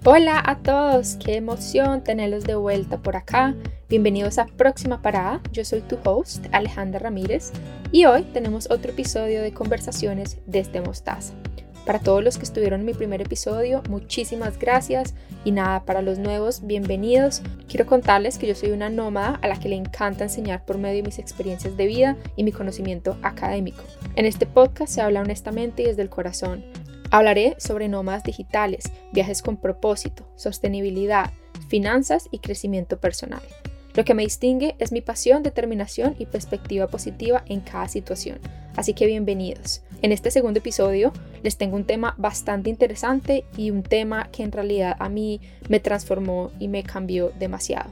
Hola a todos, qué emoción tenerlos de vuelta por acá. Bienvenidos a Próxima Parada, yo soy tu host Alejandra Ramírez y hoy tenemos otro episodio de Conversaciones desde Mostaza. Para todos los que estuvieron en mi primer episodio, muchísimas gracias y nada, para los nuevos, bienvenidos. Quiero contarles que yo soy una nómada a la que le encanta enseñar por medio de mis experiencias de vida y mi conocimiento académico. En este podcast se habla honestamente y desde el corazón. Hablaré sobre nómadas digitales, viajes con propósito, sostenibilidad, finanzas y crecimiento personal. Lo que me distingue es mi pasión, determinación y perspectiva positiva en cada situación. Así que bienvenidos. En este segundo episodio les tengo un tema bastante interesante y un tema que en realidad a mí me transformó y me cambió demasiado.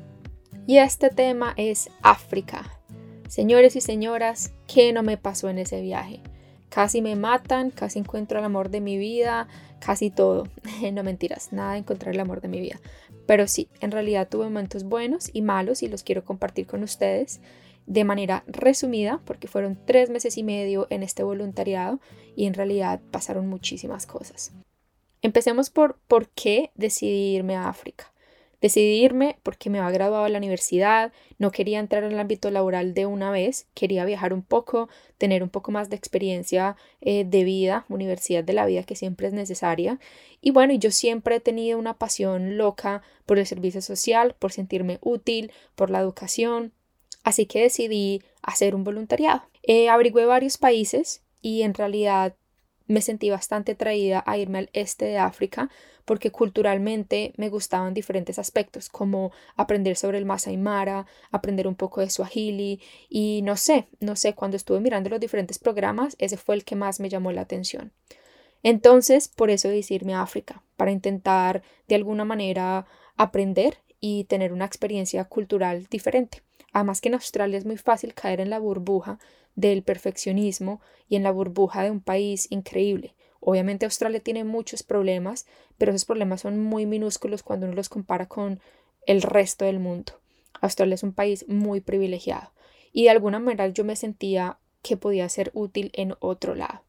Y este tema es África. Señores y señoras, ¿qué no me pasó en ese viaje? Casi me matan, casi encuentro el amor de mi vida, casi todo. No mentiras, nada de encontrar el amor de mi vida. Pero sí, en realidad tuve momentos buenos y malos y los quiero compartir con ustedes de manera resumida porque fueron 3 meses y medio en este voluntariado y en realidad pasaron muchísimas cosas. Empecemos por qué decidí irme a África. Decidí irme porque me había graduado de la universidad, no quería entrar en el ámbito laboral de una vez, quería viajar un poco, tener un poco más de experiencia de vida, universidad de la vida que siempre es necesaria. Y bueno, yo siempre he tenido una pasión loca por el servicio social, por sentirme útil, por la educación, así que decidí hacer un voluntariado. Averigüé varios países y en realidad me sentí bastante atraída a irme al este de África porque culturalmente me gustaban diferentes aspectos como aprender sobre el Masai Mara, aprender un poco de Swahili y no sé, cuando estuve mirando los diferentes programas, ese fue el que más me llamó la atención. Entonces, por eso decidí irme a África, para intentar de alguna manera aprender y tener una experiencia cultural diferente. Además que en Australia es muy fácil caer en la burbuja del perfeccionismo y en la burbuja de un país increíble. Obviamente Australia tiene muchos problemas, pero esos problemas son muy minúsculos cuando uno los compara con el resto del mundo. Australia es un país muy privilegiado y de alguna manera yo me sentía que podía ser útil en otro lado.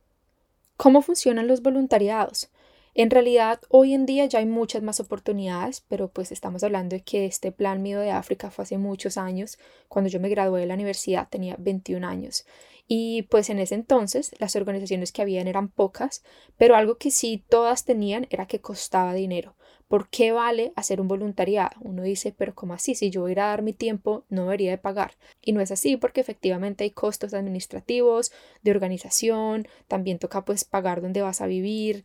¿Cómo funcionan los voluntariados? En realidad, hoy en día ya hay muchas más oportunidades, pero pues estamos hablando de que este plan mío de África fue hace muchos años. Cuando yo me gradué de la universidad tenía 21 años. Y pues en ese entonces las organizaciones que habían eran pocas, pero algo que sí todas tenían era que costaba dinero. ¿Por qué vale hacer un voluntariado? Uno dice, pero ¿cómo así? Si yo voy a ir a dar mi tiempo, no debería de pagar. Y no es así porque efectivamente hay costos administrativos, de organización, también toca pues pagar dónde vas a vivir,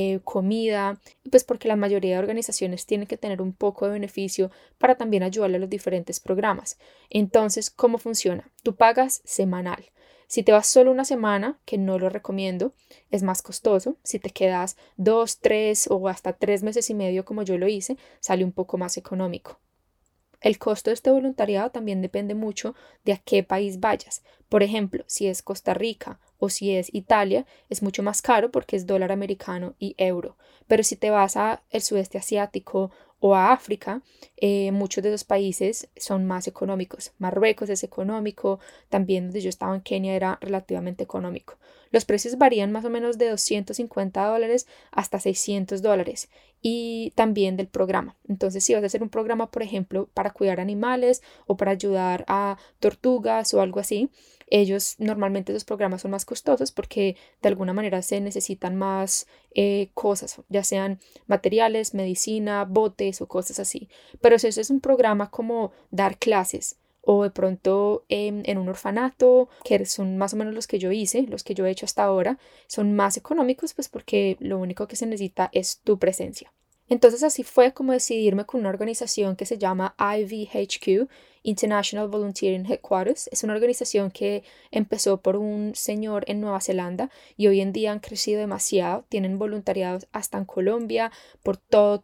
comida, y pues porque la mayoría de organizaciones tienen que tener un poco de beneficio para también ayudarle a los diferentes programas. Entonces, ¿cómo funciona? Tú pagas semanal. Si te vas solo una semana, que no lo recomiendo, es más costoso. Si te quedas 2, 3 o hasta 3 meses y medio como yo lo hice, sale un poco más económico. El costo de este voluntariado también depende mucho de a qué país vayas. Por ejemplo, si es Costa Rica o si es Italia, es mucho más caro porque es dólar americano y euro. Pero si te vas al sudeste asiático o a África, muchos de esos países son más económicos. Marruecos es económico, también donde yo estaba en Kenia era relativamente económico. Los precios varían más o menos de $250 hasta $600 y también del programa. Entonces, si vas a hacer un programa, por ejemplo, para cuidar animales o para ayudar a tortugas o algo así, normalmente esos programas son más costosos porque de alguna manera se necesitan más cosas, ya sean materiales, medicina, botes o cosas así. Pero si eso es un programa como dar clases o de pronto en un orfanato, que son más o menos los que yo hice, los que yo he hecho hasta ahora, son más económicos pues porque lo único que se necesita es tu presencia. Entonces así fue como decidirme con una organización que se llama IVHQ, International Volunteering Headquarters. Es una organización que empezó por un señor en Nueva Zelanda y hoy en día han crecido demasiado. Tienen voluntariados hasta en Colombia, por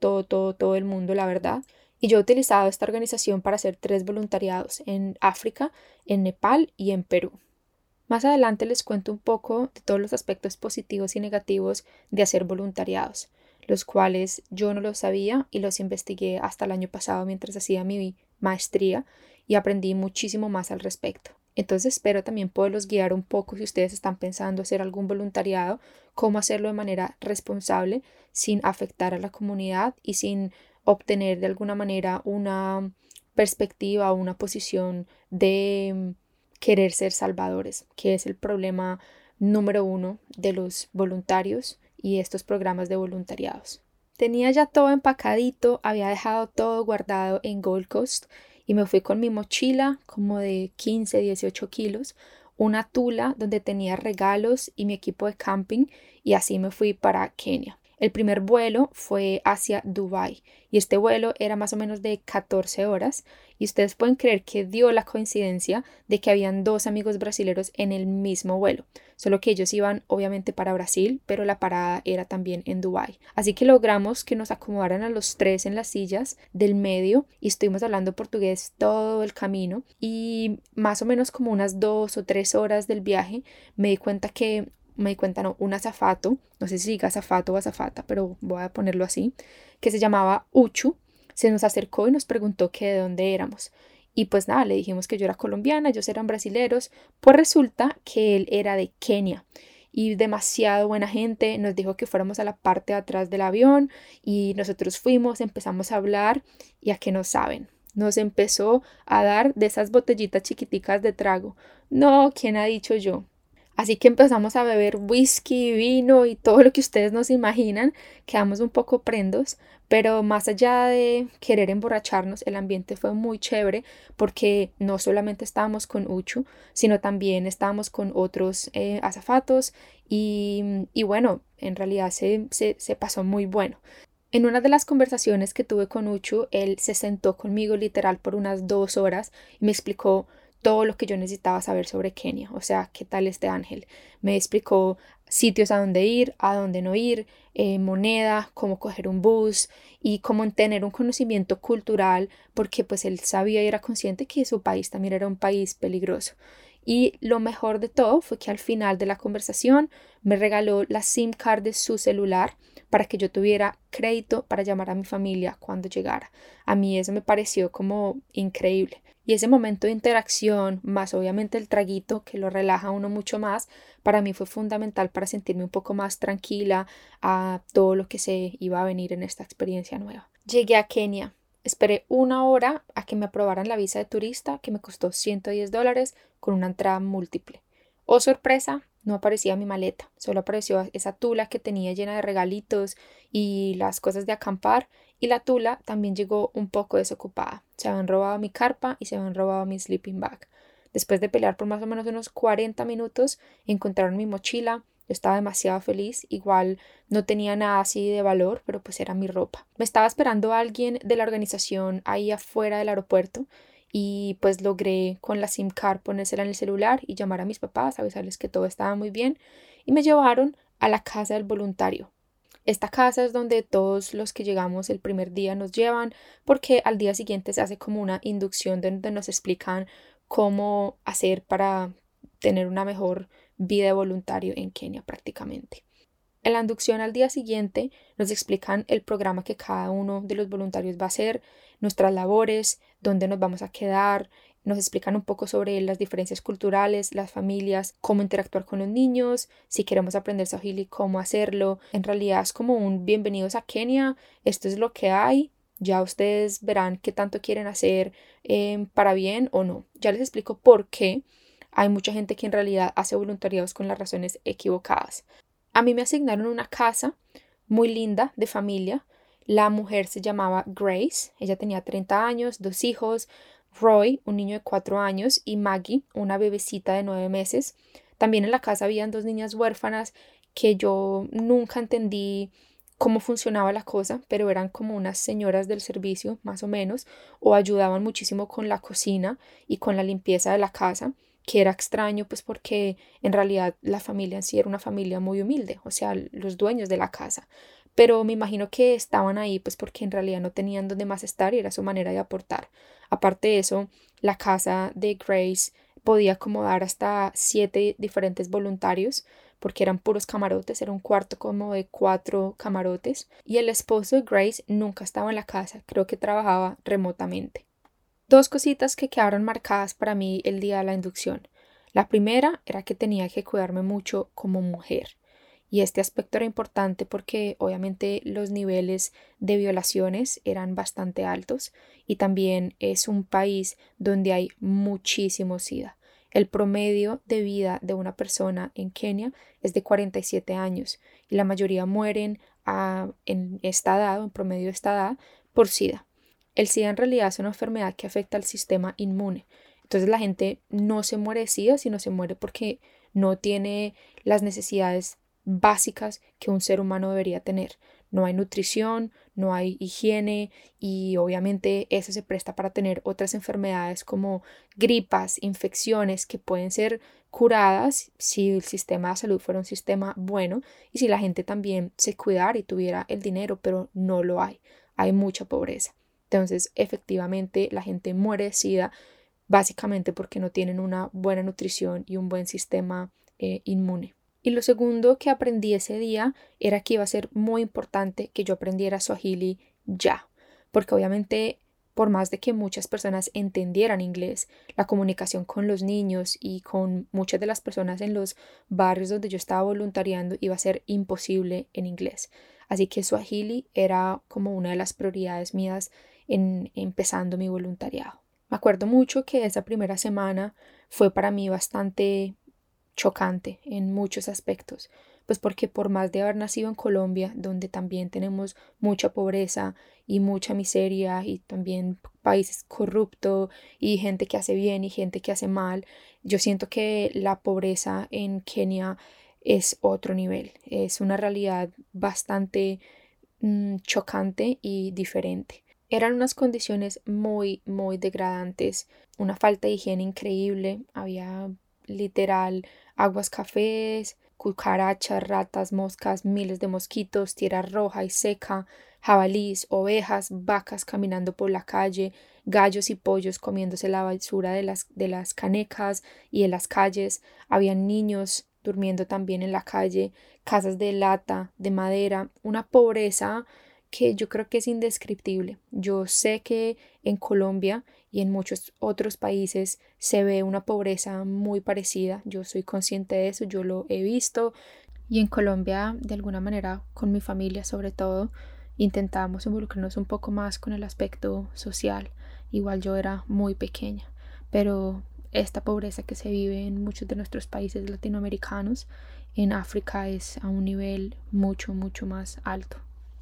todo el mundo, la verdad. Y yo he utilizado esta organización para hacer 3 voluntariados en África, en Nepal y en Perú. Más adelante les cuento un poco de todos los aspectos positivos y negativos de hacer voluntariados, los cuales yo no los sabía y los investigué hasta el año pasado mientras hacía mi maestría y aprendí muchísimo más al respecto. Entonces espero también poderlos guiar un poco si ustedes están pensando hacer algún voluntariado, cómo hacerlo de manera responsable, sin afectar a la comunidad y sin obtener de alguna manera una perspectiva o una posición de querer ser salvadores, que es el problema número uno de los voluntarios y estos programas de voluntariados. Tenía ya todo empacadito, había dejado todo guardado en Gold Coast y me fui con mi mochila como de 15, 18 kilos, una tula donde tenía regalos y mi equipo de camping y así me fui para Kenia. El primer vuelo fue hacia Dubái y este vuelo era más o menos de 14 horas y ustedes pueden creer que dio la coincidencia de que habían dos amigos brasileños en el mismo vuelo, solo que ellos iban obviamente para Brasil, pero la parada era también en Dubái. Así que logramos que nos acomodaran a los tres en las sillas del medio y estuvimos hablando portugués todo el camino y más o menos como unas 2 o 3 horas del viaje un azafato, no sé si diga azafato o azafata, pero voy a ponerlo así, que se llamaba Uchu, se nos acercó y nos preguntó que de dónde éramos. Y pues nada, le dijimos que yo era colombiana, ellos eran brasileros, pues resulta que él era de Kenia. Y demasiado buena gente, nos dijo que fuéramos a la parte de atrás del avión y nosotros fuimos, empezamos a hablar y a qué no saben. Nos empezó a dar de esas botellitas chiquiticas de trago. No, ¿quién ha dicho yo? Así que empezamos a beber whisky, vino y todo lo que ustedes nos imaginan. Quedamos un poco prendos, pero más allá de querer emborracharnos, el ambiente fue muy chévere porque no solamente estábamos con Uchu, sino también estábamos con otros azafatos y bueno, en realidad se pasó muy bueno. En una de las conversaciones que tuve con Uchu, él se sentó conmigo literal por unas 2 horas y me explicó todo lo que yo necesitaba saber sobre Kenia. O sea, ¿qué tal este ángel? Me explicó sitios a dónde ir, a dónde no ir, moneda, cómo coger un bus y cómo tener un conocimiento cultural, porque pues él sabía y era consciente que su país también era un país peligroso. Y lo mejor de todo fue que al final de la conversación me regaló la SIM card de su celular para que yo tuviera crédito para llamar a mi familia cuando llegara. A mí eso me pareció como increíble. Y ese momento de interacción, más obviamente el traguito que lo relaja a uno mucho más, para mí fue fundamental para sentirme un poco más tranquila a todo lo que se iba a venir en esta experiencia nueva. Llegué a Kenia. Esperé 1 hora a que me aprobaran la visa de turista, que me costó $110 con una entrada múltiple. Oh, sorpresa, no aparecía mi maleta, solo apareció esa tula que tenía llena de regalitos y las cosas de acampar, y la tula también llegó un poco desocupada. Se habían robado mi carpa y se habían robado mi sleeping bag. Después de pelear por más o menos unos 40 minutos, encontraron mi mochila. Yo estaba demasiado feliz, igual no tenía nada así de valor, pero pues era mi ropa. Me estaba esperando alguien de la organización ahí afuera del aeropuerto y pues logré con la SIM card ponérsela en el celular y llamar a mis papás, avisarles que todo estaba muy bien y me llevaron a la casa del voluntario. Esta casa es donde todos los que llegamos el primer día nos llevan porque al día siguiente se hace como una inducción donde nos explican cómo hacer para tener una mejor vida de voluntario en Kenia prácticamente. En la inducción al día siguiente nos explican el programa que cada uno de los voluntarios va a hacer, nuestras labores, dónde nos vamos a quedar, nos explican un poco sobre las diferencias culturales, las familias, cómo interactuar con los niños, si queremos aprender Swahili, cómo hacerlo. En realidad es como un bienvenidos a Kenia, esto es lo que hay, ya ustedes verán qué tanto quieren hacer para bien o no. Ya les explico por qué hay mucha gente que en realidad hace voluntariados con las razones equivocadas. A mí me asignaron una casa muy linda de familia. La mujer se llamaba Grace, ella tenía 30 años, 2 hijos, Roy, un niño de 4 años, y Maggie, una bebecita de 9 meses. También en la casa habían 2 niñas huérfanas que yo nunca entendí cómo funcionaba la cosa, pero eran como unas señoras del servicio, más o menos, o ayudaban muchísimo con la cocina y con la limpieza de la casa, que era extraño, pues porque en realidad la familia en sí era una familia muy humilde, o sea, los dueños de la casa. Pero me imagino que estaban ahí pues porque en realidad no tenían dónde más estar y era su manera de aportar. Aparte de eso, la casa de Grace podía acomodar hasta 7 diferentes voluntarios porque eran puros camarotes, era un cuarto como de 4 camarotes y el esposo de Grace nunca estaba en la casa, creo que trabajaba remotamente. Dos cositas que quedaron marcadas para mí el día de la inducción. La primera era que tenía que cuidarme mucho como mujer. Y este aspecto era importante porque obviamente los niveles de violaciones eran bastante altos y también es un país donde hay muchísimo SIDA. El promedio de vida de una persona en Kenia es de 47 años y la mayoría mueren en esta edad, en promedio de esta edad, por SIDA. El SIDA en realidad es una enfermedad que afecta al sistema inmune. Entonces la gente no se muere de SIDA, sino se muere porque no tiene las necesidades básicas que un ser humano debería tener. No hay nutrición, no hay higiene y obviamente eso se presta para tener otras enfermedades como gripas, infecciones que pueden ser curadas si el sistema de salud fuera un sistema bueno y si la gente también se cuidara y tuviera el dinero, pero no lo hay. Hay mucha pobreza. Entonces, efectivamente, la gente muere de SIDA básicamente porque no tienen una buena nutrición y un buen sistema inmune. Y lo segundo que aprendí ese día era que iba a ser muy importante que yo aprendiera Swahili ya, porque obviamente por más de que muchas personas entendieran inglés, la comunicación con los niños y con muchas de las personas en los barrios donde yo estaba voluntariando iba a ser imposible en inglés. Así que Swahili era como una de las prioridades mías en empezando mi voluntariado. Me acuerdo mucho que esa primera semana fue para mí bastante chocante en muchos aspectos, pues porque por más de haber nacido en Colombia, donde también tenemos mucha pobreza y mucha miseria y también países corruptos y gente que hace bien y gente que hace mal, yo siento que la pobreza en Kenia es otro nivel, es una realidad bastante chocante y diferente. Eran unas condiciones muy degradantes, una falta de higiene increíble, había literal aguas cafés, cucarachas, ratas, moscas, miles de mosquitos, tierra roja y seca, jabalís, ovejas, vacas caminando por la calle, gallos y pollos comiéndose la basura de las canecas y de las calles, habían niños durmiendo también en la calle, casas de lata, de madera, una pobreza que yo creo que es indescriptible. Yo sé que en Colombia y en muchos otros países se ve una pobreza muy parecida. Yo soy consciente de eso, yo lo he visto y en Colombia de alguna manera con mi familia sobre todo intentamos involucrarnos un poco más con el aspecto social. Igual yo era muy pequeña, pero esta pobreza que se vive en muchos de nuestros países latinoamericanos en África es a un nivel mucho más alto.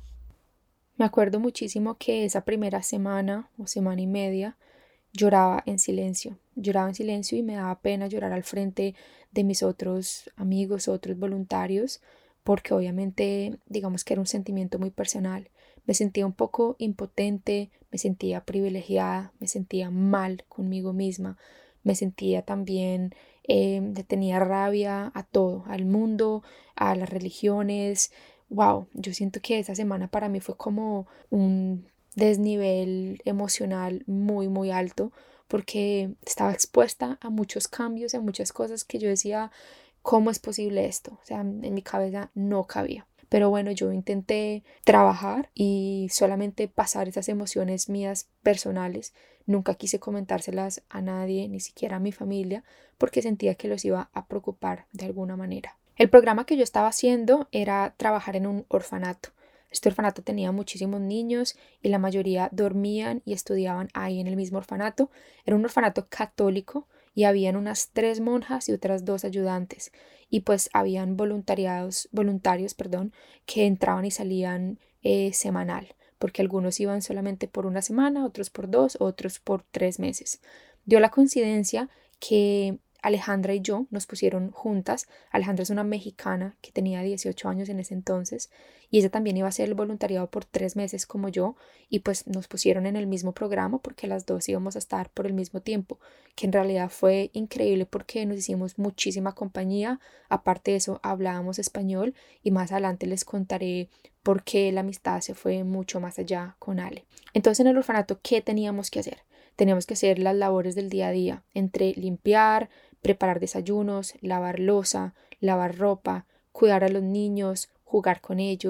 Me acuerdo muchísimo que esa primera semana o semana y media lloraba en silencio y me daba pena llorar al frente de mis otros amigos, otros voluntarios, porque obviamente digamos que era un sentimiento muy personal. Me sentía un poco impotente, me sentía privilegiada, me sentía mal conmigo misma, me sentía también, tenía rabia a todo, al mundo, a las religiones. Wow, yo siento que esa semana para mí fue como un desnivel emocional muy alto porque estaba expuesta a muchos cambios, a muchas cosas que yo decía, ¿cómo es posible esto? O sea, en mi cabeza no cabía. Pero bueno, yo intenté trabajar y solamente pasar esas emociones mías personales. Nunca quise comentárselas a nadie, ni siquiera a mi familia, porque sentía que los iba a preocupar de alguna manera. El programa que yo estaba haciendo era trabajar en un orfanato. Este orfanato tenía muchísimos niños y la mayoría dormían y estudiaban ahí en el mismo orfanato. Era un orfanato católico y habían unas 3 monjas y otras 2 ayudantes. Y pues habían voluntarios, que entraban y salían semanal, porque algunos iban solamente por una semana, otros por 2, otros por 3 meses. Dio la coincidencia que Alejandra y yo nos pusieron juntas. Alejandra es una mexicana que tenía 18 años en ese entonces y ella también iba a hacer el voluntariado por 3 meses como yo y pues nos pusieron en el mismo programa porque las dos íbamos a estar por el mismo tiempo, que en realidad fue increíble porque nos hicimos muchísima compañía. Aparte de eso hablábamos español y más adelante les contaré por qué la amistad se fue mucho más allá con Ale. Entonces en el orfanato, ¿qué teníamos que hacer? Teníamos que hacer las labores del día a día, entre limpiar, preparar desayunos, lavar loza, lavar ropa, cuidar a los niños, jugar con ellos,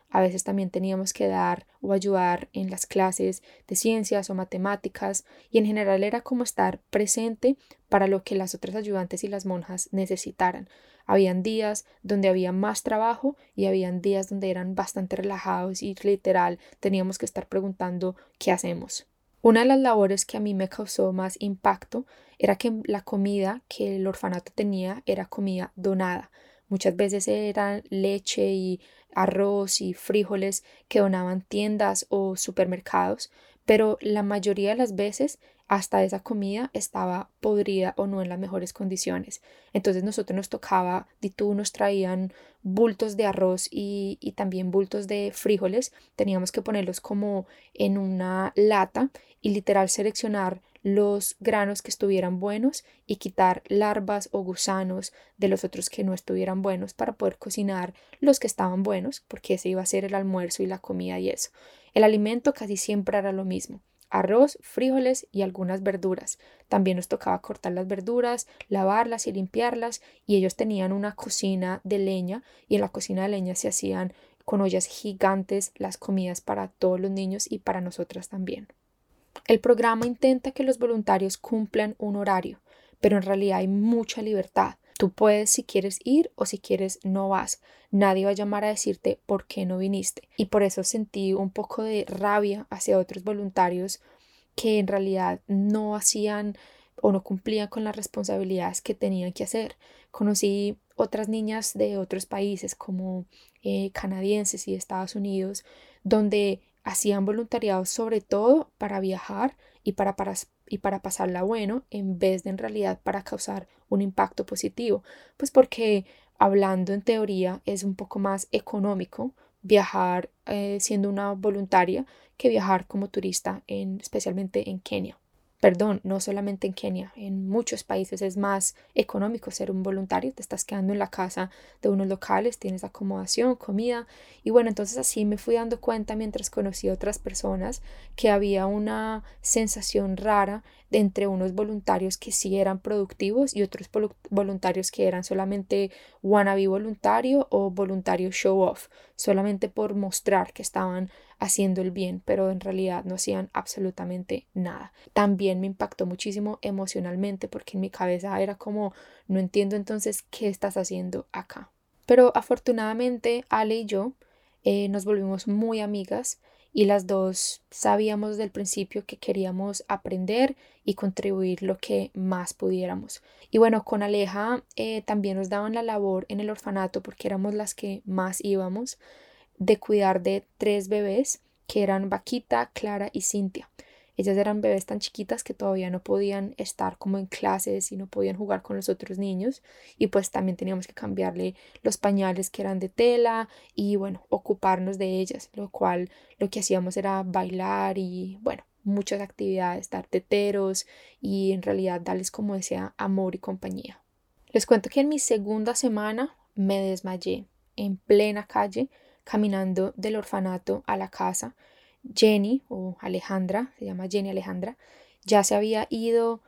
A veces también teníamos que dar o ayudar en las clases de ciencias o matemáticas y en general era como estar presente para lo que las otras ayudantes y las monjas necesitaran. Habían días donde había más trabajo y habían días donde eran bastante relajados y literal teníamos que estar preguntando ¿qué hacemos? Una de las labores que a mí me causó más impacto era que la comida que el orfanato tenía era comida donada. Muchas veces era leche y arroz y frijoles que donaban tiendas o supermercados, pero la mayoría de las veces hasta esa comida estaba podrida o no en las mejores condiciones. Entonces nosotros nos tocaba, y tú nos traían bultos de arroz y también bultos de frijoles, teníamos que ponerlos como en una lata y literal seleccionar los granos que estuvieran buenos y quitar larvas o gusanos de los otros que no estuvieran buenos para poder cocinar los que estaban buenos, porque ese iba a ser el almuerzo y la comida y eso. El alimento casi siempre era lo mismo: arroz, frijoles y algunas verduras. También nos tocaba cortar las verduras, lavarlas y limpiarlas, y ellos tenían una cocina de leña y en la cocina de leña se hacían con ollas gigantes las comidas para todos los niños y para nosotras también. El programa intenta que los voluntarios cumplan un horario, pero en realidad hay mucha libertad. Tú puedes, si quieres ir o si quieres no vas. Nadie va a llamar a decirte por qué no viniste. Y por eso sentí un poco de rabia hacia otros voluntarios que en realidad no hacían o no cumplían con las responsabilidades que tenían que hacer. Conocí otras niñas de otros países como canadienses y de Estados Unidos, donde hacían voluntariado sobre todo para viajar y para pasarla bueno, en vez de en realidad para causar un impacto positivo. Pues porque hablando en teoría es un poco más económico viajar siendo una voluntaria que viajar como turista, especialmente en Kenia. Perdón, no solamente en Kenia, en muchos países es más económico ser un voluntario, te estás quedando en la casa de unos locales, tienes acomodación, comida y bueno, entonces así me fui dando cuenta mientras conocí a otras personas que había una sensación rara de entre unos voluntarios que sí eran productivos y otros voluntarios que eran solamente wannabe voluntario o voluntario show off, solamente por mostrar que estaban haciendo el bien, pero en realidad no hacían absolutamente nada. También me impactó muchísimo emocionalmente porque en mi cabeza era como, no entiendo entonces qué estás haciendo acá. Pero afortunadamente Ale y yo nos volvimos muy amigas y las dos sabíamos del principio que queríamos aprender y contribuir lo que más pudiéramos. Y bueno, con Aleja también nos daban la labor en el orfanato porque éramos las que más íbamos de cuidar de 3 bebés que eran Vaquita, Clara y Cintia. Ellas eran bebés tan chiquitas que todavía no podían estar como en clases y no podían jugar con los otros niños y pues también teníamos que cambiarle los pañales que eran de tela y bueno, ocuparnos de ellas, lo cual lo que hacíamos era bailar y bueno, muchas actividades, dar teteros y en realidad darles como ese amor y compañía. Les cuento que en mi segunda semana me desmayé en plena calle caminando del orfanato a la casa. Jenny o Alejandra, se llama Jenny Alejandra, ya se había ido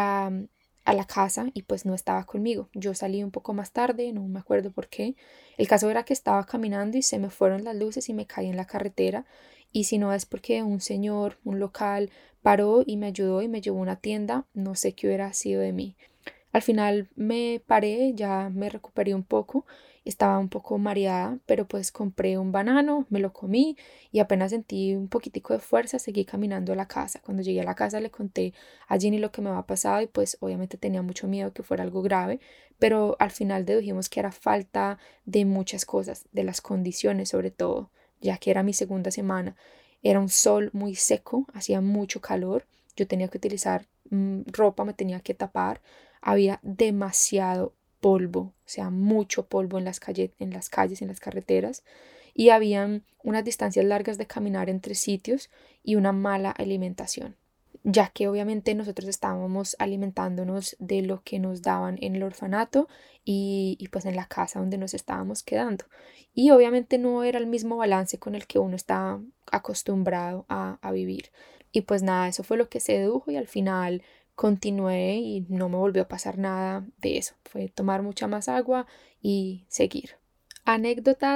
a la casa y pues no estaba conmigo. Yo salí un poco más tarde, no me acuerdo por qué. El caso era que estaba caminando y se me fueron las luces y me caí en la carretera. Y si no es porque un señor, un local, paró y me ayudó y me llevó a una tienda, no sé qué hubiera sido de mí. Al final me paré, ya me recuperé un poco, estaba un poco mareada, pero pues compré un banano, me lo comí y apenas sentí un poquitico de fuerza, seguí caminando a la casa. Cuando llegué a la casa le conté a Ginny lo que me había pasado y pues obviamente tenía mucho miedo que fuera algo grave, pero al final dedujimos que era falta de muchas cosas, de las condiciones sobre todo, ya que era mi segunda semana. Era un sol muy seco, hacía mucho calor, yo tenía que utilizar ropa, me tenía que tapar. Había demasiado polvo, o sea, mucho polvo en las calles, en las carreteras, y habían unas distancias largas de caminar entre sitios y una mala alimentación, ya que obviamente nosotros estábamos alimentándonos de lo que nos daban en el orfanato y pues en la casa donde nos estábamos quedando. Y obviamente no era el mismo balance con el que uno está acostumbrado a vivir. Y pues nada, eso fue lo que se dedujo y al final continué y no me volvió a pasar nada de eso. Fue tomar mucha más agua y seguir. Anécdotas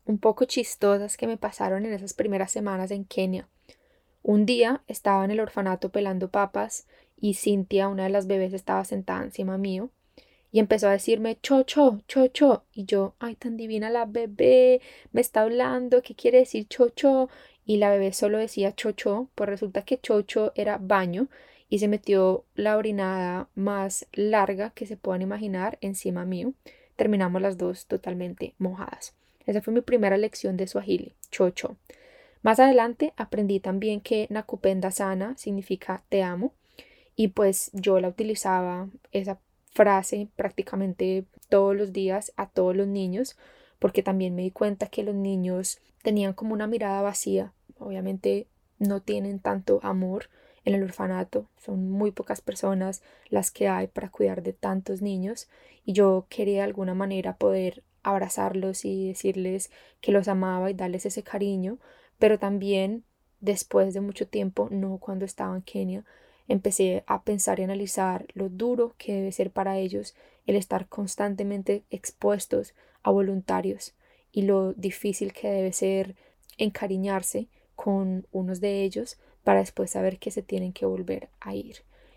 un poco chistosas que me pasaron en esas primeras semanas en Kenia. Un día estaba en el orfanato pelando papas y Cintia, una de las bebés, estaba sentada encima mío y empezó a decirme chocho, chocho. Y yo, ay, tan divina la bebé, me está hablando, ¿qué quiere decir chocho? Y la bebé solo decía chocho, pues resulta que chocho era baño y se metió la orinada más larga que se puedan imaginar encima mío. Terminamos las dos totalmente mojadas. Esa fue mi primera lección de Swahili, chocho. Más adelante aprendí también que nakupenda sana significa te amo y pues yo la utilizaba esa frase prácticamente todos los días a todos los niños porque también me di cuenta que los niños tenían como una mirada vacía. Obviamente no tienen tanto amor en el orfanato, son muy pocas personas las que hay para cuidar de tantos niños y yo quería de alguna manera poder abrazarlos y decirles que los amaba y darles ese cariño, pero también después de mucho tiempo, no cuando estaba en Kenia, empecé a pensar y analizar lo duro que debe ser para ellos el estar constantemente expuestos a voluntarios y lo difícil que debe ser encariñarse con unos de ellos para después saber que se tienen que volver a ir.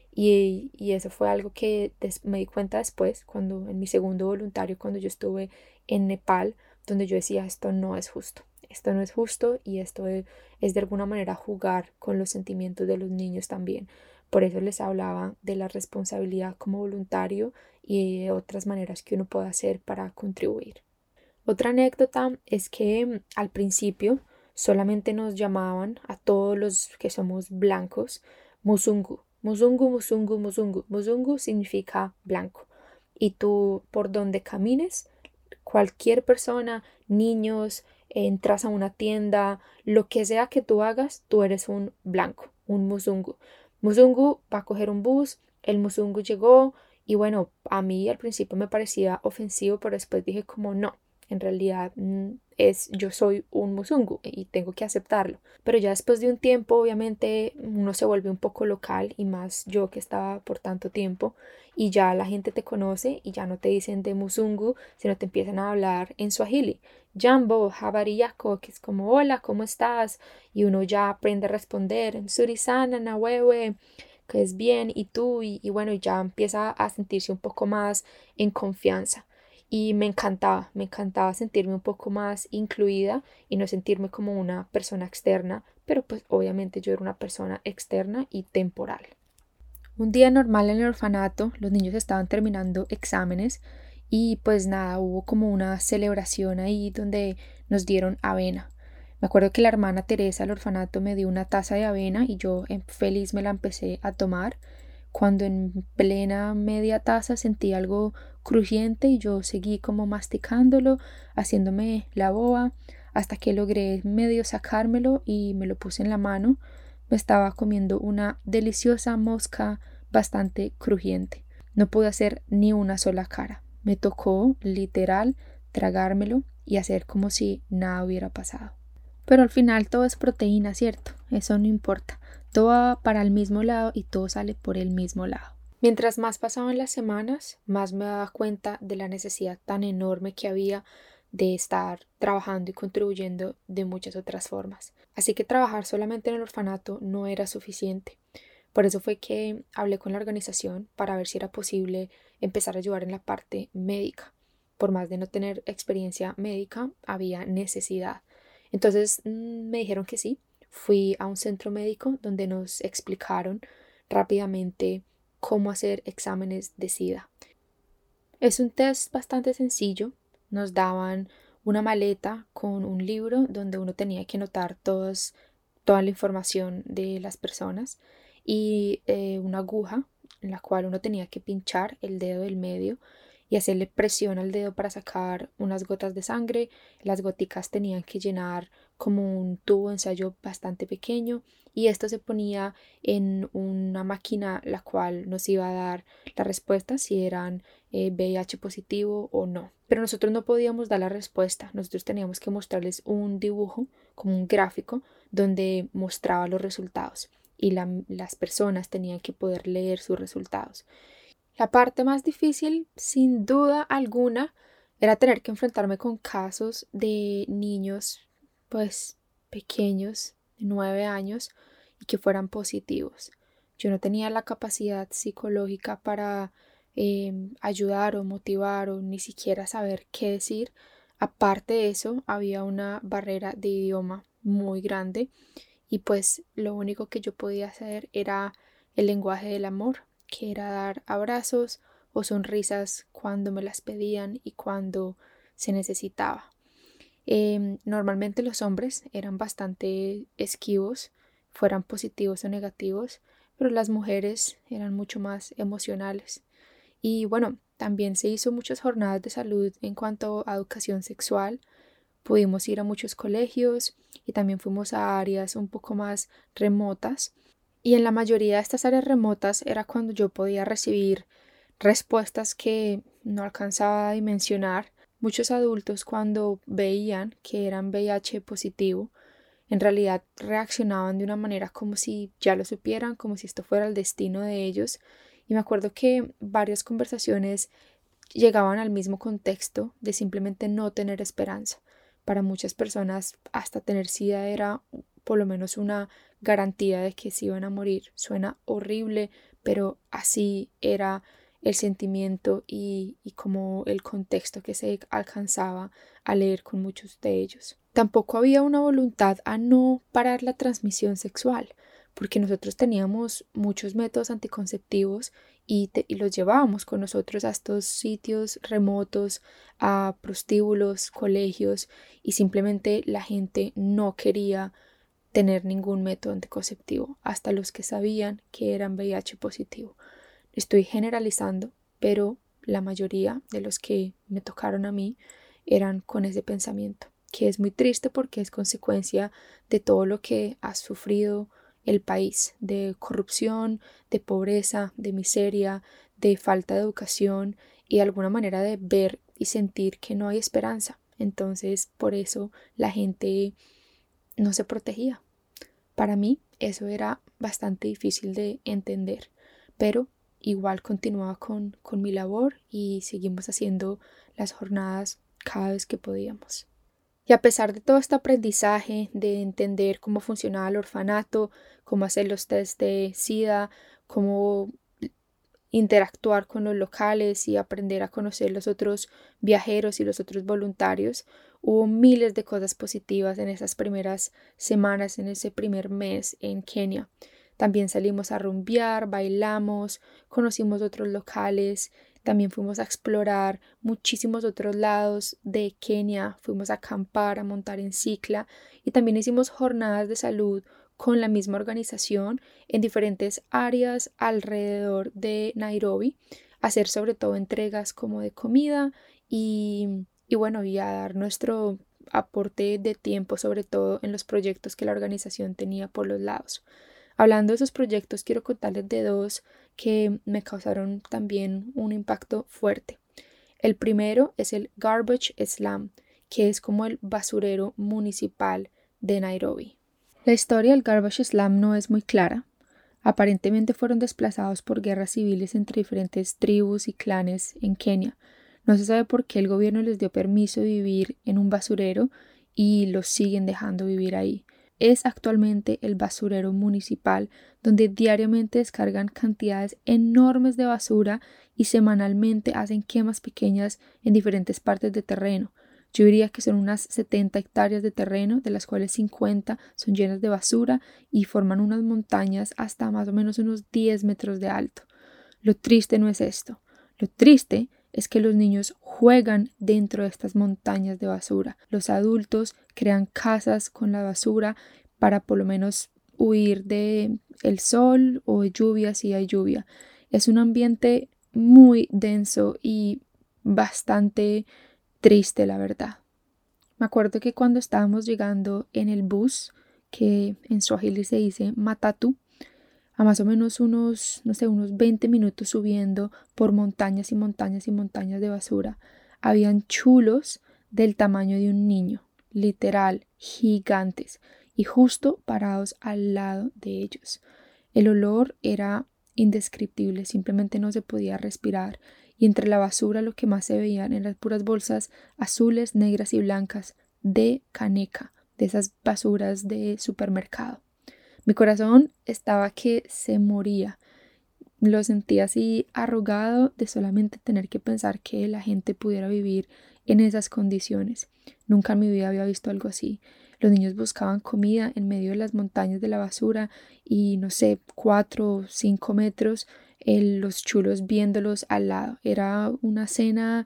Y eso fue algo que me di cuenta después, cuando en mi segundo voluntario, cuando yo estuve en Nepal, donde yo decía, esto no es justo. Esto no es justo y esto es de alguna manera jugar con los sentimientos de los niños también. Por eso les hablaba de la responsabilidad como voluntario y de otras maneras que uno puede hacer para contribuir. Otra anécdota es que al principio solamente nos llamaban a todos los que somos blancos Musungu. Musungu, Musungu, Musungu. Musungu significa blanco. Y tú por donde camines, cualquier persona, niños, entras a una tienda, lo que sea que tú hagas, tú eres un blanco, un musungu. Musungu va a coger un bus, el musungu llegó y bueno, a mí al principio me parecía ofensivo, pero después dije como no, en realidad yo soy un musungu y tengo que aceptarlo. Pero ya después de un tiempo, obviamente, uno se vuelve un poco local y más yo que estaba por tanto tiempo y ya la gente te conoce y ya no te dicen de musungu, sino te empiezan a hablar en Swahili. Jambo, habari yako, que es como hola, ¿cómo estás? Y uno ya aprende a responder, Surisana, nawewe, que es bien, y tú, y bueno, y ya empieza a sentirse un poco más en confianza. Y me encantaba sentirme un poco más incluida y no sentirme como una persona externa, pero pues obviamente yo era una persona externa y temporal. Un día normal en el orfanato, los niños estaban terminando exámenes y pues nada, hubo como una celebración ahí donde nos dieron avena. Me acuerdo que la hermana Teresa del orfanato me dio una taza de avena y yo feliz me la empecé a tomar. Cuando en plena media taza sentí algo crujiente y yo seguí como masticándolo, haciéndome la boba, hasta que logré medio sacármelo y me lo puse en la mano. Me estaba comiendo una deliciosa mosca bastante crujiente. No pude hacer ni una sola cara. Me tocó, literal, tragármelo y hacer como si nada hubiera pasado. Pero al final todo es proteína, ¿cierto? Eso no importa. Todo va para el mismo lado y todo sale por el mismo lado. Mientras más pasaban las semanas, más me daba cuenta de la necesidad tan enorme que había de estar trabajando y contribuyendo de muchas otras formas. Así que trabajar solamente en el orfanato no era suficiente. Por eso fue que hablé con la organización para ver si era posible empezar a ayudar en la parte médica. Por más de no tener experiencia médica, había necesidad. Entonces me dijeron que sí. Fui a un centro médico donde nos explicaron rápidamente cómo hacer exámenes de SIDA. Es un test bastante sencillo. Nos daban una maleta con un libro donde uno tenía que anotar toda la información de las personas y una aguja en la cual uno tenía que pinchar el dedo del medio y hacerle presión al dedo para sacar unas gotas de sangre. Las goticas tenían que llenar como un tubo de ensayo bastante pequeño y esto se ponía en una máquina la cual nos iba a dar la respuesta si eran VIH positivo o no. Pero nosotros no podíamos dar la respuesta, nosotros teníamos que mostrarles un dibujo como un gráfico donde mostraba los resultados y las personas tenían que poder leer sus resultados. La parte más difícil, sin duda alguna, era tener que enfrentarme con casos de niños pues pequeños, de 9 años, y que fueran positivos. Yo no tenía la capacidad psicológica para ayudar o motivar o ni siquiera saber qué decir. Aparte de eso, había una barrera de idioma muy grande y pues lo único que yo podía hacer era el lenguaje del amor, que era dar abrazos o sonrisas cuando me las pedían y cuando se necesitaba. Normalmente los hombres eran bastante esquivos, fueran positivos o negativos, pero las mujeres eran mucho más emocionales. Y bueno, también se hizo muchas jornadas de salud en cuanto a educación sexual. Pudimos ir a muchos colegios y también fuimos a áreas un poco más remotas. Y en la mayoría de estas áreas remotas era cuando yo podía recibir respuestas que no alcanzaba a dimensionar. Muchos adultos, cuando veían que eran VIH positivo, en realidad reaccionaban de una manera como si ya lo supieran, como si esto fuera el destino de ellos. Y me acuerdo que varias conversaciones llegaban al mismo contexto de simplemente no tener esperanza. Para muchas personas, hasta tener SIDA era por lo menos una garantía de que se iban a morir. Suena horrible, pero así era el sentimiento y como el contexto que se alcanzaba a leer con muchos de ellos. Tampoco había una voluntad a no parar la transmisión sexual, porque nosotros teníamos muchos métodos anticonceptivos y los llevábamos con nosotros a estos sitios remotos, a prostíbulos, colegios, y simplemente la gente no quería tener ningún método anticonceptivo, hasta los que sabían que eran VIH positivo. Estoy generalizando, pero la mayoría de los que me tocaron a mí eran con ese pensamiento, que es muy triste porque es consecuencia de todo lo que ha sufrido el país, de corrupción, de pobreza, de miseria, de falta de educación y de alguna manera de ver y sentir que no hay esperanza. Entonces, por eso la gente no se protegía. Para mí eso era bastante difícil de entender, pero igual continuaba con mi labor y seguimos haciendo las jornadas cada vez que podíamos. Y a pesar de todo este aprendizaje, de entender cómo funcionaba el orfanato, cómo hacer los test de SIDA, cómo interactuar con los locales y aprender a conocer los otros viajeros y los otros voluntarios, hubo miles de cosas positivas en esas primeras semanas, en ese primer mes en Kenia. También salimos a rumbear, bailamos, conocimos otros locales, también fuimos a explorar muchísimos otros lados de Kenia, fuimos a acampar, a montar en cicla y también hicimos jornadas de salud con la misma organización en diferentes áreas alrededor de Nairobi, hacer sobre todo entregas como de comida y bueno, y a dar nuestro aporte de tiempo, sobre todo en los proyectos que la organización tenía por los lados. Hablando de esos proyectos, quiero contarles de dos que me causaron también un impacto fuerte. El primero es el Garbage Slam, que es como el basurero municipal de Nairobi. La historia del Garbage Slam no es muy clara. Aparentemente fueron desplazados por guerras civiles entre diferentes tribus y clanes en Kenia. No se sabe por qué el gobierno les dio permiso de vivir en un basurero y los siguen dejando vivir ahí. Es actualmente el basurero municipal donde diariamente descargan cantidades enormes de basura y semanalmente hacen quemas pequeñas en diferentes partes de terreno. Yo diría que son unas 70 hectáreas de terreno, de las cuales 50 son llenas de basura y forman unas montañas hasta más o menos unos 10 metros de alto. Lo triste no es esto. Lo triste es que los niños juegan dentro de estas montañas de basura. Los adultos crean casas con la basura para por lo menos huir de el sol o de lluvia si hay lluvia. Es un ambiente muy denso y bastante triste, la verdad. Me acuerdo que cuando estábamos llegando en el bus, que en Swahili se dice matatu, a más o menos unos 20 minutos subiendo por montañas y montañas y montañas de basura, habían chulos del tamaño de un niño, literal, gigantes, y justo parados al lado de ellos. El olor era indescriptible, simplemente no se podía respirar y entre la basura lo que más se veían eran puras bolsas azules, negras y blancas de caneca, de esas basuras de supermercado. Mi corazón estaba que se moría. Lo sentía así arrugado de solamente tener que pensar que la gente pudiera vivir en esas condiciones. Nunca en mi vida había visto algo así. Los niños buscaban comida en medio de las montañas de la basura y no sé, 4 o 5 metros, los chulos viéndolos al lado. Era una cena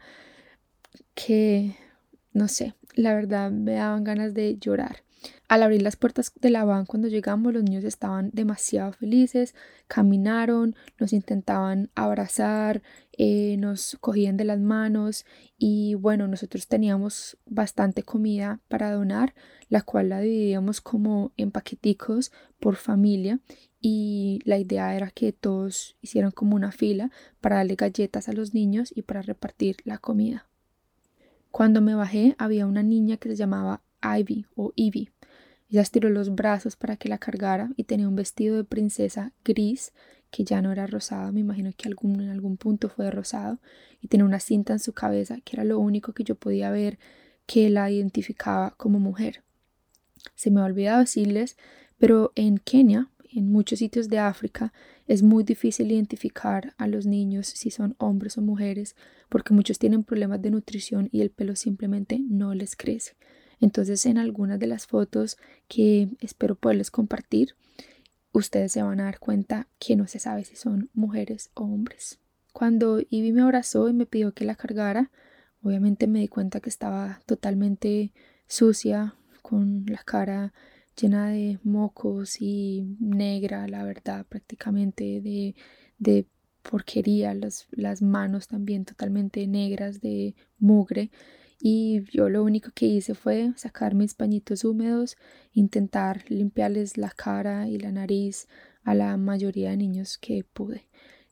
que, no sé, la verdad me daban ganas de llorar. Al abrir las puertas de la van cuando llegamos, los niños estaban demasiado felices, caminaron, nos intentaban abrazar, nos cogían de las manos y bueno, nosotros teníamos bastante comida para donar, la cual la dividíamos como en paqueticos por familia y la idea era que todos hicieran como una fila para darle galletas a los niños y para repartir la comida. Cuando me bajé había una niña que se llamaba Ivy o Ivy. Ella estiró los brazos para que la cargara y tenía un vestido de princesa gris que ya no era rosado, me imagino que en algún punto fue rosado, y tenía una cinta en su cabeza que era lo único que yo podía ver que la identificaba como mujer. Se me ha olvidado decirles, pero en Kenia, en muchos sitios de África, es muy difícil identificar a los niños si son hombres o mujeres porque muchos tienen problemas de nutrición y el pelo simplemente no les crece. Entonces, en algunas de las fotos que espero poderles compartir, ustedes se van a dar cuenta que no se sabe si son mujeres o hombres. Cuando Ivy me abrazó y me pidió que la cargara, obviamente me di cuenta que estaba totalmente sucia, con la cara llena de mocos y negra, la verdad, prácticamente de porquería, las manos también totalmente negras de mugre. Y yo lo único que hice fue sacar mis pañitos húmedos, intentar limpiarles la cara y la nariz a la mayoría de niños que pude.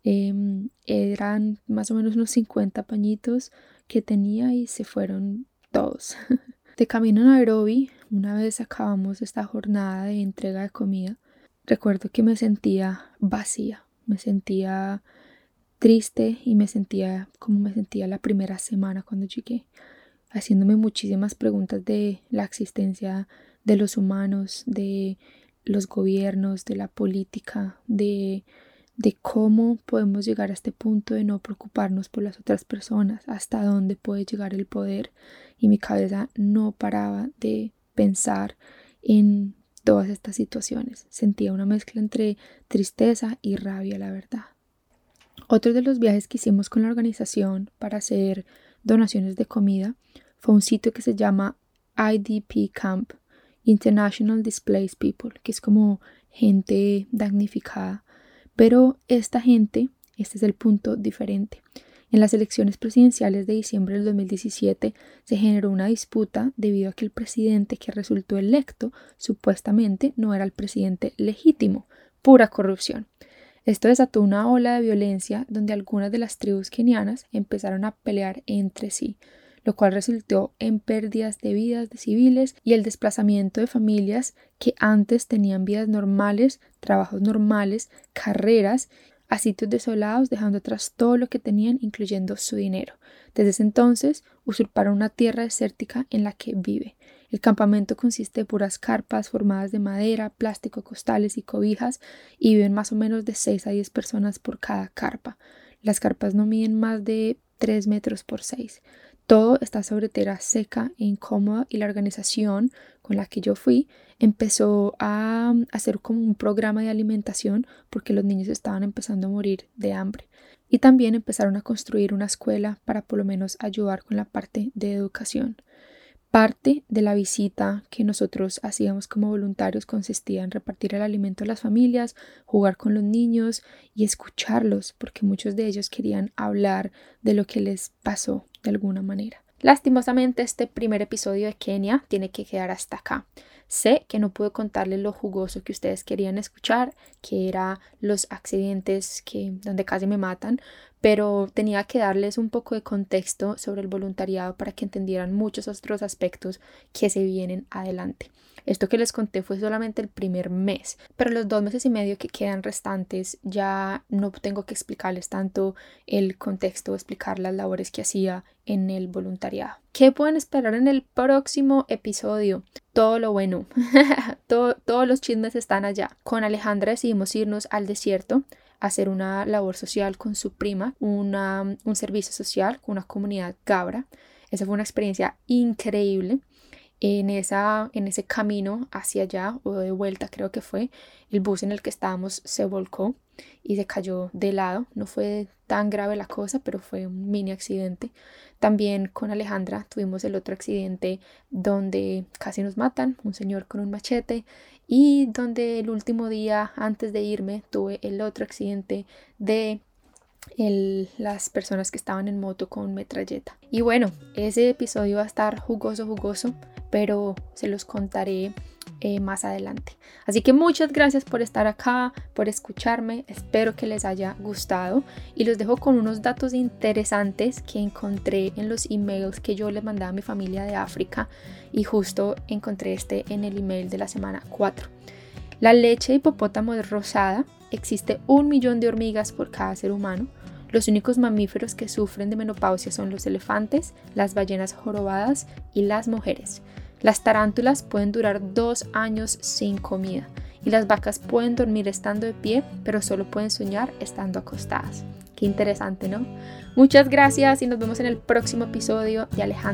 Eran más o menos unos 50 pañitos que tenía y se fueron todos. De camino a Nairobi, una vez acabamos esta jornada de entrega de comida, recuerdo que me sentía vacía, me sentía triste y me sentía como me sentía la primera semana cuando llegué, haciéndome muchísimas preguntas de la existencia de los humanos, de los gobiernos, de la política, de cómo podemos llegar a este punto de no preocuparnos por las otras personas, hasta dónde puede llegar el poder, y mi cabeza no paraba de pensar en todas estas situaciones. Sentía una mezcla entre tristeza y rabia, la verdad. Otro de los viajes que hicimos con la organización para hacer donaciones de comida fue un sitio que se llama IDP Camp, International Displaced People, que es como gente damnificada. Pero esta gente, este es el punto diferente. En las elecciones presidenciales de diciembre del 2017 se generó una disputa debido a que el presidente que resultó electo supuestamente no era el presidente legítimo, pura corrupción. Esto desató una ola de violencia donde algunas de las tribus kenianas empezaron a pelear entre sí, lo cual resultó en pérdidas de vidas de civiles y el desplazamiento de familias que antes tenían vidas normales, trabajos normales, carreras, a sitios desolados, dejando atrás todo lo que tenían, incluyendo su dinero. Desde ese entonces usurparon una tierra desértica en la que vive. El campamento consiste de puras carpas formadas de madera, plástico, costales y cobijas, y viven más o menos de 6 a 10 personas por cada carpa. Las carpas no miden más de 3 metros por 6. Todo está sobre tierra seca e incómoda, y la organización con la que yo fui empezó a hacer como un programa de alimentación porque los niños estaban empezando a morir de hambre. Y también empezaron a construir una escuela para por lo menos ayudar con la parte de educación. Parte de la visita que nosotros hacíamos como voluntarios consistía en repartir el alimento a las familias, jugar con los niños y escucharlos, porque muchos de ellos querían hablar de lo que les pasó de alguna manera. Lastimosamente, este primer episodio de Kenia tiene que quedar hasta acá. Sé que no pude contarles lo jugoso que ustedes querían escuchar, que era los accidentes donde casi me matan, pero tenía que darles un poco de contexto sobre el voluntariado para que entendieran muchos otros aspectos que se vienen adelante. Esto que les conté fue solamente el primer mes, pero los 2 meses y medio que quedan restantes ya no tengo que explicarles tanto el contexto, explicar las labores que hacía en el voluntariado. ¿Qué pueden esperar en el próximo episodio? Todo lo bueno. Todos los chismes están allá. Con Alejandra decidimos irnos al desierto a hacer una labor social con su prima, un servicio social con una comunidad cabra. Esa fue una experiencia increíble. En ese camino hacia allá o de vuelta creo que fue, el bus en el que estábamos se volcó y se cayó de lado. No fue tan grave la cosa, pero fue un mini accidente. También con Alejandra tuvimos el otro accidente donde casi nos matan, un señor con un machete, y donde el último día antes de irme tuve el otro accidente de las personas que estaban en moto con metralleta. Y bueno, ese episodio va a estar jugoso, pero se los contaré más adelante. Así que muchas gracias por estar acá, por escucharme. Espero que les haya gustado y los dejo con unos datos interesantes que encontré en los emails que yo les mandaba a mi familia de África, y justo encontré en el email de la semana 4. La leche de hipopótamo es rosada. Existe 1 millón de hormigas por cada ser humano. Los únicos mamíferos que sufren de menopausia son los elefantes, las ballenas jorobadas y las mujeres. Las tarántulas pueden durar 2 años sin comida y las vacas pueden dormir estando de pie, pero solo pueden soñar estando acostadas. Qué interesante, ¿no? Muchas gracias y nos vemos en el próximo episodio de Alejandra.